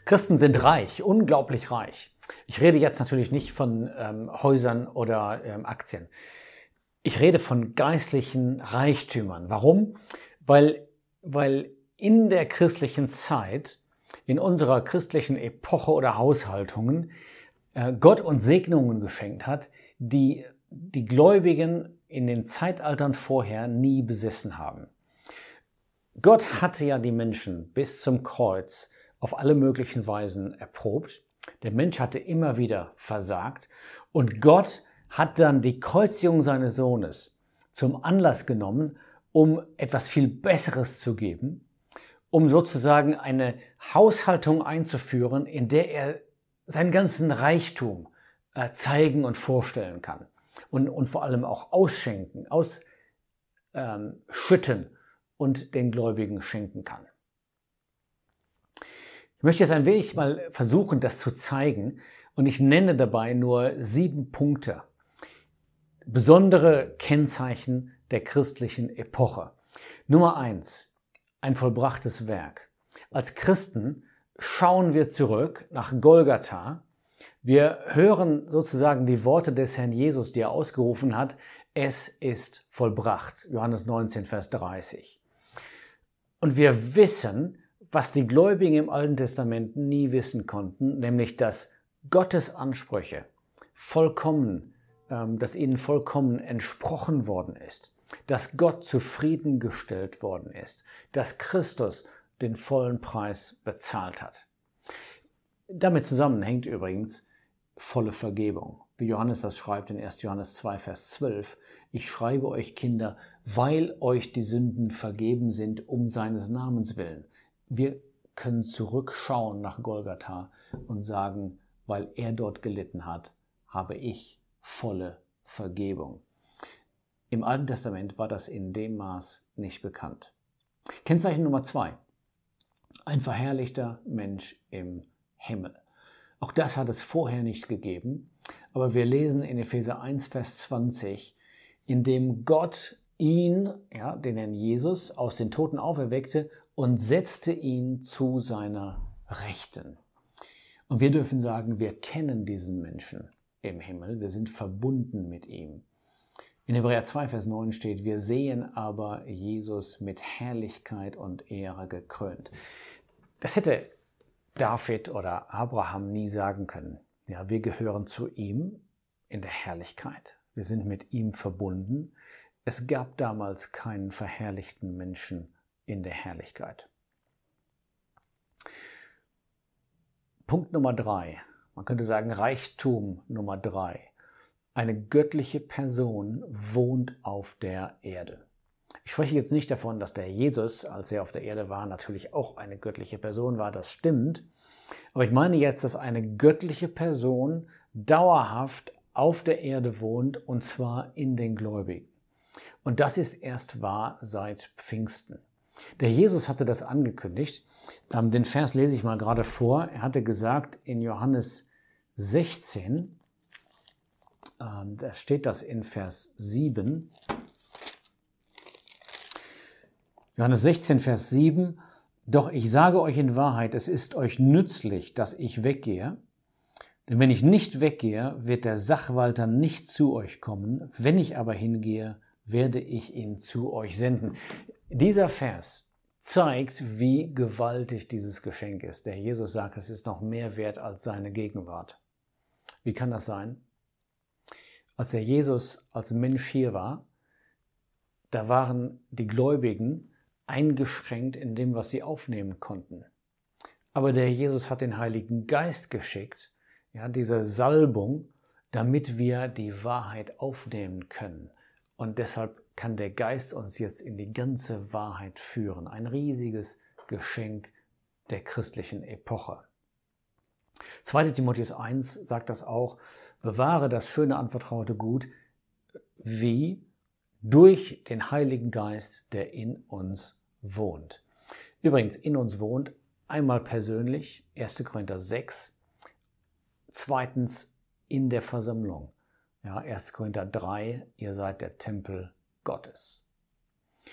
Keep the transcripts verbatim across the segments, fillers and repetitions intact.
Christen sind reich, unglaublich reich. Ich rede jetzt natürlich nicht von ähm, Häusern oder ähm, Aktien. Ich rede von geistlichen Reichtümern. Warum? Weil, weil in der christlichen Zeit, in unserer christlichen Epoche oder Haushaltungen, äh, Gott uns Segnungen geschenkt hat, die die Gläubigen in den Zeitaltern vorher nie besessen haben. Gott hatte ja die Menschen bis zum Kreuz auf alle möglichen Weisen erprobt. Der Mensch hatte immer wieder versagt und Gott hat dann die Kreuzigung seines Sohnes zum Anlass genommen, um etwas viel Besseres zu geben, um sozusagen eine Haushaltung einzuführen, in der er seinen ganzen Reichtum äh, zeigen und vorstellen kann und, und vor allem auch ausschenken, ausschütten und den Gläubigen schenken kann. Ich möchte jetzt ein wenig mal versuchen, das zu zeigen, und ich nenne dabei nur sieben Punkte. Besondere Kennzeichen der christlichen Epoche. Nummer eins, ein vollbrachtes Werk. Als Christen schauen wir zurück nach Golgatha. Wir hören sozusagen die Worte des Herrn Jesus, die er ausgerufen hat. Es ist vollbracht. Johannes neunzehn, Vers dreißig. Und wir wissen, was die Gläubigen im Alten Testament nie wissen konnten, nämlich dass Gottes Ansprüche vollkommen, ähm, dass ihnen vollkommen entsprochen worden ist, dass Gott zufriedengestellt worden ist, dass Christus den vollen Preis bezahlt hat. Damit zusammenhängt übrigens volle Vergebung. Wie Johannes das schreibt in erster Johannes zwei, Vers zwölf. Ich schreibe euch, Kinder, weil euch die Sünden vergeben sind, um seines Namens willen. Wir können zurückschauen nach Golgatha und sagen, weil er dort gelitten hat, habe ich volle Vergebung. Im Alten Testament war das in dem Maß nicht bekannt. Kennzeichen Nummer zwei. Ein verherrlichter Mensch im Himmel. Auch das hat es vorher nicht gegeben, aber wir lesen in Epheser eins, Vers zwanzig, in dem Gott ihn, ja, den Herrn Jesus, aus den Toten auferweckte und setzte ihn zu seiner Rechten. Und wir dürfen sagen, wir kennen diesen Menschen im Himmel, wir sind verbunden mit ihm. In Hebräer zwei, Vers neun steht, wir sehen aber Jesus mit Herrlichkeit und Ehre gekrönt. Das hätte David oder Abraham nie sagen können. Ja, wir gehören zu ihm in der Herrlichkeit. Wir sind mit ihm verbunden. Es gab damals keinen verherrlichten Menschen in der Herrlichkeit. Punkt Nummer drei. Man könnte sagen Reichtum Nummer drei. Eine göttliche Person wohnt auf der Erde. Ich spreche jetzt nicht davon, dass der Jesus, als er auf der Erde war, natürlich auch eine göttliche Person war. Das stimmt. Aber ich meine jetzt, dass eine göttliche Person dauerhaft auf der Erde wohnt, und zwar in den Gläubigen. Und das ist erst wahr seit Pfingsten. Der Jesus hatte das angekündigt. Ähm, den Vers lese ich mal gerade vor. Er hatte gesagt in Johannes sechzehn, ähm, da steht das in Vers sieben. Johannes sechzehn, Vers sieben. Doch ich sage euch in Wahrheit, es ist euch nützlich, dass ich weggehe. Denn wenn ich nicht weggehe, wird der Sachwalter nicht zu euch kommen. Wenn ich aber hingehe, werde ich ihn zu euch senden. Dieser Vers zeigt, wie gewaltig dieses Geschenk ist. Der Jesus sagt, es ist noch mehr wert als seine Gegenwart. Wie kann das sein? Als der Jesus als Mensch hier war, da waren die Gläubigen eingeschränkt in dem, was sie aufnehmen konnten. Aber der Jesus hat den Heiligen Geist geschickt, ja, diese Salbung, damit wir die Wahrheit aufnehmen können. Und deshalb kann der Geist uns jetzt in die ganze Wahrheit führen. Ein riesiges Geschenk der christlichen Epoche. zweiter Timotheus eins sagt das auch, bewahre das schöne anvertraute Gut, wie durch den Heiligen Geist, der in uns wohnt. Übrigens, in uns wohnt einmal persönlich, erster Korinther sechs, zweitens in der Versammlung. Ja, erster Korinther drei, ihr seid der Tempel Gottes.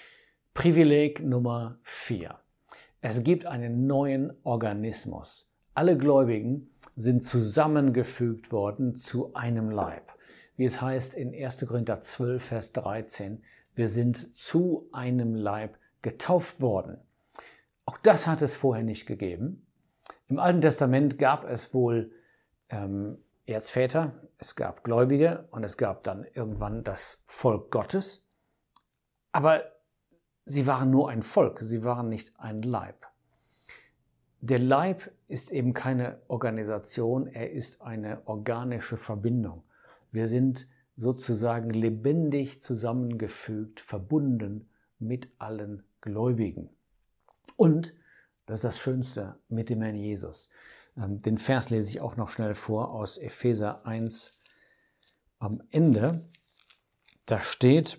Privileg Nummer vier. Es gibt einen neuen Organismus, Alle Gläubigen sind zusammengefügt worden zu einem Leib. Wie es heißt in erster Korinther zwölf, Vers dreizehn, wir sind zu einem Leib getauft worden. Auch das hat es vorher nicht gegeben. Im Alten Testament gab es wohl ähm, Erzväter, es gab Gläubige und es gab dann irgendwann das Volk Gottes. Aber sie waren nur ein Volk, sie waren nicht ein Leib. Der Leib ist eben keine Organisation, er ist eine organische Verbindung. Wir sind sozusagen lebendig zusammengefügt, verbunden mit allen Gläubigen. Und, das ist das Schönste, mit dem Herrn Jesus. Den Vers lese ich auch noch schnell vor aus Epheser eins am Ende. Da steht,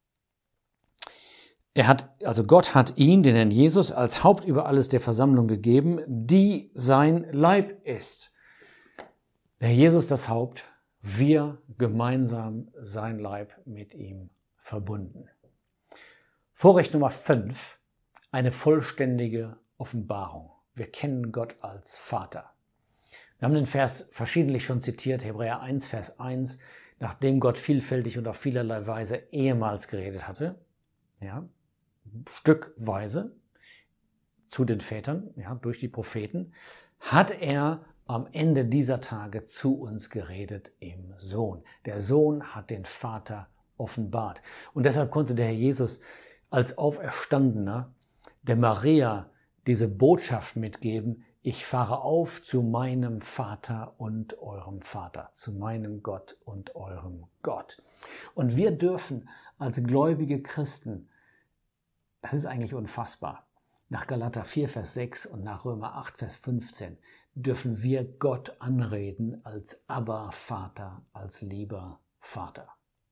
er hat, also Gott hat ihn, den Herrn Jesus, als Haupt über alles der Versammlung gegeben, die sein Leib ist. Der Herr Jesus das Haupt, wir gemeinsam sein Leib mit ihm verbunden. Vorrecht Nummer fünf, eine vollständige Offenbarung. Wir kennen Gott als Vater. Wir haben den Vers verschiedentlich schon zitiert, Hebräer eins, Vers eins, nachdem Gott vielfältig und auf vielerlei Weise ehemals geredet hatte, ja, stückweise zu den Vätern, ja, durch die Propheten, hat er am Ende dieser Tage zu uns geredet im Sohn. Der Sohn hat den Vater offenbart. Und deshalb konnte der Herr Jesus als Auferstandener der Maria diese Botschaft mitgeben, ich fahre auf zu meinem Vater und eurem Vater, zu meinem Gott und eurem Gott. Und wir dürfen als gläubige Christen, das ist eigentlich unfassbar, nach Galater vier, Vers sechs und nach Römer acht, Vers fünfzehn, dürfen wir Gott anreden als Abba Vater, als lieber Vater.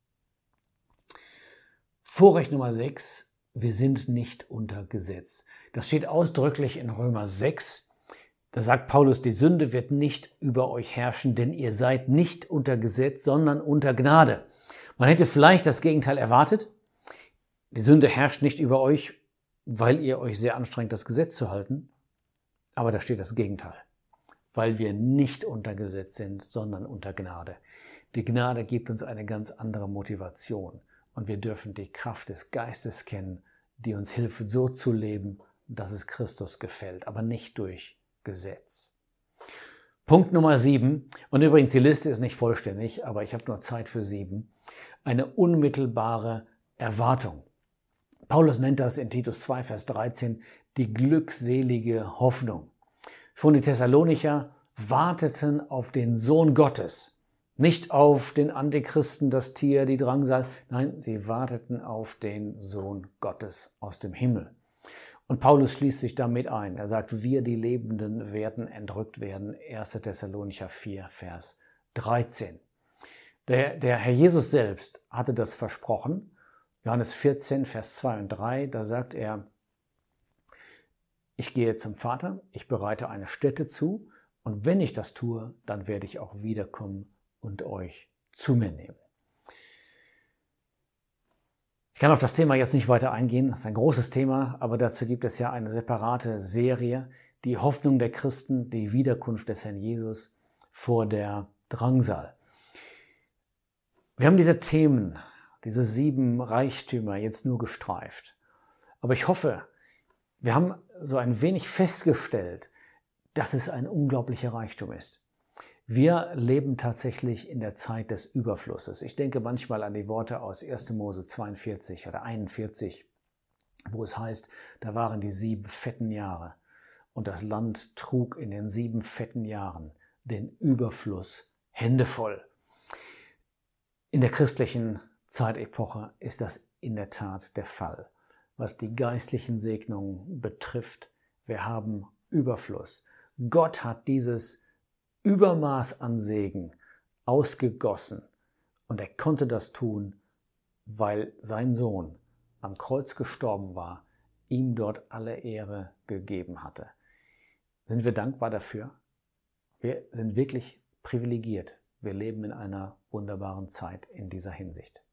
Vorrecht Nummer sechs, wir sind nicht unter Gesetz. Das steht ausdrücklich in Römer sechs. Da sagt Paulus, die Sünde wird nicht über euch herrschen, denn ihr seid nicht unter Gesetz, sondern unter Gnade. Man hätte vielleicht das Gegenteil erwartet. Die Sünde herrscht nicht über euch, weil ihr euch sehr anstrengt, das Gesetz zu halten. Aber da steht das Gegenteil. Weil wir nicht unter Gesetz sind, sondern unter Gnade. Die Gnade gibt uns eine ganz andere Motivation. Und wir dürfen die Kraft des Geistes kennen, die uns hilft, so zu leben, dass es Christus gefällt, aber nicht durch Gesetz. Punkt Nummer sieben, und übrigens die Liste ist nicht vollständig, aber ich habe nur Zeit für sieben, eine unmittelbare Erwartung. Paulus nennt das in Titus zwei, Vers dreizehn, die glückselige Hoffnung. Schon die Thessalonicher warteten auf den Sohn Gottes, nicht auf den Antichristen, das Tier, die Drangsal, nein, sie warteten auf den Sohn Gottes aus dem Himmel. Und Paulus schließt sich damit ein. Er sagt, wir, die Lebenden, werden entrückt werden. erster Thessalonicher vier, Vers dreizehn. Der, der Herr Jesus selbst hatte das versprochen. Johannes vierzehn, Vers zwei und drei, da sagt er, ich gehe zum Vater, ich bereite eine Stätte zu und wenn ich das tue, dann werde ich auch wiederkommen und euch zu mir nehmen. Ich kann auf das Thema jetzt nicht weiter eingehen, das ist ein großes Thema, aber dazu gibt es ja eine separate Serie, die Hoffnung der Christen, die Wiederkunft des Herrn Jesus vor der Drangsal. Wir haben diese Themen, diese sieben Reichtümer jetzt nur gestreift. Aber ich hoffe, wir haben so ein wenig festgestellt, dass es ein unglaublicher Reichtum ist. Wir leben tatsächlich in der Zeit des Überflusses. Ich denke manchmal an die Worte aus erster Mose zweiundvierzig oder einundvierzig, wo es heißt, da waren die sieben fetten Jahre und das Land trug in den sieben fetten Jahren den Überfluss händevoll. In der christlichen Zeitepoche ist das in der Tat der Fall. Was die geistlichen Segnungen betrifft, wir haben Überfluss. Gott hat dieses Übermaß an Segen ausgegossen und er konnte das tun, weil sein Sohn am Kreuz gestorben war, ihm dort alle Ehre gegeben hatte. Sind wir dankbar dafür? Wir sind wirklich privilegiert. Wir leben in einer wunderbaren Zeit in dieser Hinsicht.